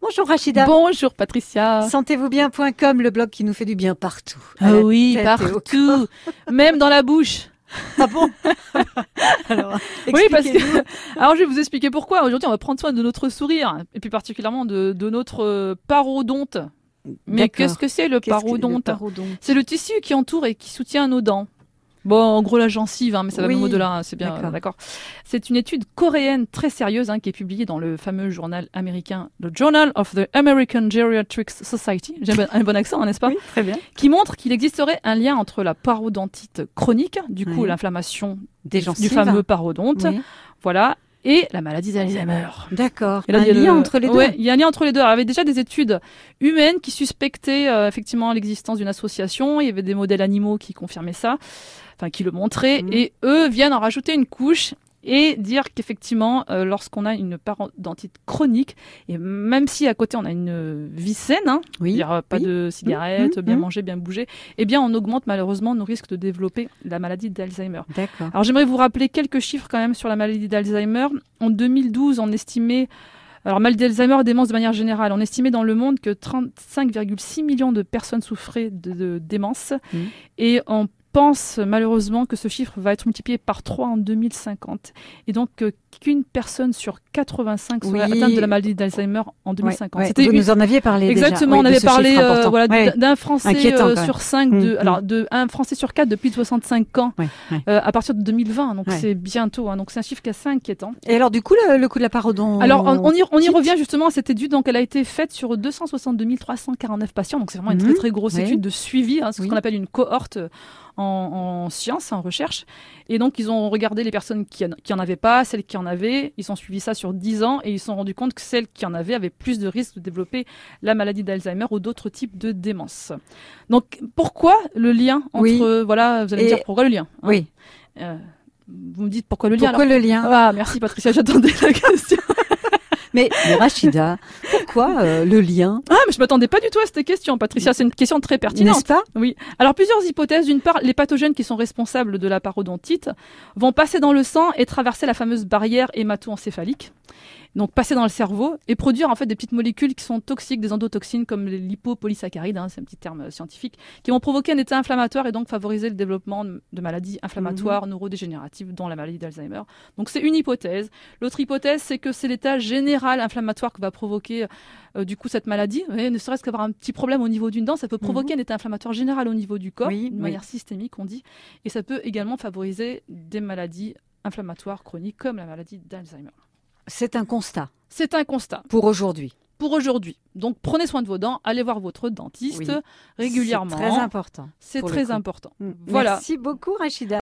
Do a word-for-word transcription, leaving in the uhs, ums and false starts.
Bonjour Rachida. Bonjour Patricia. Sentez-vous bien point com, le blog qui nous fait du bien partout. Ah oui, partout. Même dans la bouche. Ah bon? Alors, oui, parce que. Alors, je vais vous expliquer pourquoi. Aujourd'hui, on va prendre soin de notre sourire, et plus particulièrement de, de notre euh, parodonte. Mais D'accord. qu'est-ce que c'est le Qu'est-ce que- parodonte? le parodonte C'est le tissu qui entoure et qui soutient nos dents. Bon, en gros, la gencive, hein, mais ça va Oui, même au-delà, hein, c'est bien, d'accord. euh, d'accord. C'est une étude coréenne très sérieuse hein, qui est publiée dans le fameux journal américain, le Journal of the American Geriatrics Society. J'ai un bon accent, hein, n'est-ce pas? Oui, très bien. Qui montre qu'il existerait un lien entre la parodontite chronique, du coup Oui. l'inflammation Des du gencives. fameux parodonte, Oui. voilà, et la maladie d'Alzheimer. D'accord. Et là, Un il y a lien le- entre les deux. Ouais, il y a un lien entre les deux. Alors, il y avait déjà des études humaines qui suspectaient euh, effectivement l'existence d'une association. Il y avait des modèles animaux qui confirmaient ça, enfin qui le montraient. Mhm. Et eux viennent en rajouter une couche et dire qu'effectivement, euh, lorsqu'on a une parodontite chronique, et même si à côté on a une vie saine, hein, Oui. c'est-à-dire euh, pas Oui. de cigarettes, Mhm. bien Mhm. manger, bien bouger, eh bien on augmente malheureusement nos risques de développer la maladie d'Alzheimer. D'accord. Alors j'aimerais vous rappeler quelques chiffres quand même sur la maladie d'Alzheimer. En deux mille douze, on estimait, alors maladie d'Alzheimer et démence de manière générale, on estimait dans le monde que trente-cinq virgule six millions de personnes souffraient de, de démence. Mhm. Et on pense malheureusement que ce chiffre va être multiplié par trois en deux mille cinquante. Et donc euh, qu'une personne sur quatre-vingt-cinq serait Oui. atteinte de la maladie d'Alzheimer en deux mille cinquante. Ouais, ouais. C'était Vous une- nous en aviez parlé Exactement, déjà. Oui, on de avait ce parlé chiffre euh, important. voilà, Ouais. d'un Français Inquiétant, euh, quand sur même. cinq, Mmh, de, mmh. alors de un Français sur quatre depuis soixante-cinq ans Ouais, ouais. euh, à partir de deux mille vingt, donc Ouais. c'est bientôt, hein, donc c'est un chiffre qui est assez inquiétant. Et alors, du coup, le, le coup de la parodonte. Alors on, on y, on y Petite. revient justement à cette étude, donc elle a été faite sur deux cent soixante-deux mille trois cent quarante-neuf patients, donc c'est vraiment une Mhm. très très grosse Oui. étude de suivi, hein, c'est Oui. ce qu'on appelle une cohorte en, en sciences, en recherche. Et donc ils ont regardé les personnes qui en, qui en avaient pas, celles qui en avaient, ils ont suivi ça sur dix ans et ils se sont rendus compte que celles qui en avaient avaient plus de risques de développer la maladie d'Alzheimer ou d'autres types de démence. Donc pourquoi le lien entre, Oui. voilà, vous allez me Et- dire pourquoi le lien hein. Oui. Euh, Vous me dites pourquoi le lien Pourquoi alors le lien? Ah, merci Patricia, j'attendais la question. Mais, mais Rachida, pourquoi euh, le lien? Ah, mais je m'attendais pas du tout à cette question, Patricia. C'est une question très pertinente. N'est-ce pas? Oui. Alors, plusieurs hypothèses. D'une part, les pathogènes qui sont responsables de la parodontite vont passer dans le sang et traverser la fameuse barrière hémato-encéphalique. Donc, passer dans le cerveau et produire en fait des petites molécules qui sont toxiques, des endotoxines comme les lipopolysaccharides, hein, c'est un petit terme euh, scientifique, qui vont provoquer un état inflammatoire et donc favoriser le développement de maladies inflammatoires, neurodégénératives, dont la maladie d'Alzheimer. Donc, c'est une hypothèse. L'autre hypothèse, c'est que c'est l'état général inflammatoire que va provoquer euh, du coup cette maladie. Et ne serait-ce qu'avoir un petit problème au niveau d'une dent, ça peut provoquer un état inflammatoire général au niveau du corps, Oui, de oui. manière systémique, on dit. Et ça peut également favoriser des maladies inflammatoires chroniques comme la maladie d'Alzheimer. C'est un constat C'est un constat pour aujourd'hui. pour aujourd'hui. Donc prenez soin de vos dents, allez voir votre dentiste Oui. régulièrement. C'est très important. C'est pour le très coup. important. Mm. Voilà. Merci beaucoup, Rachida.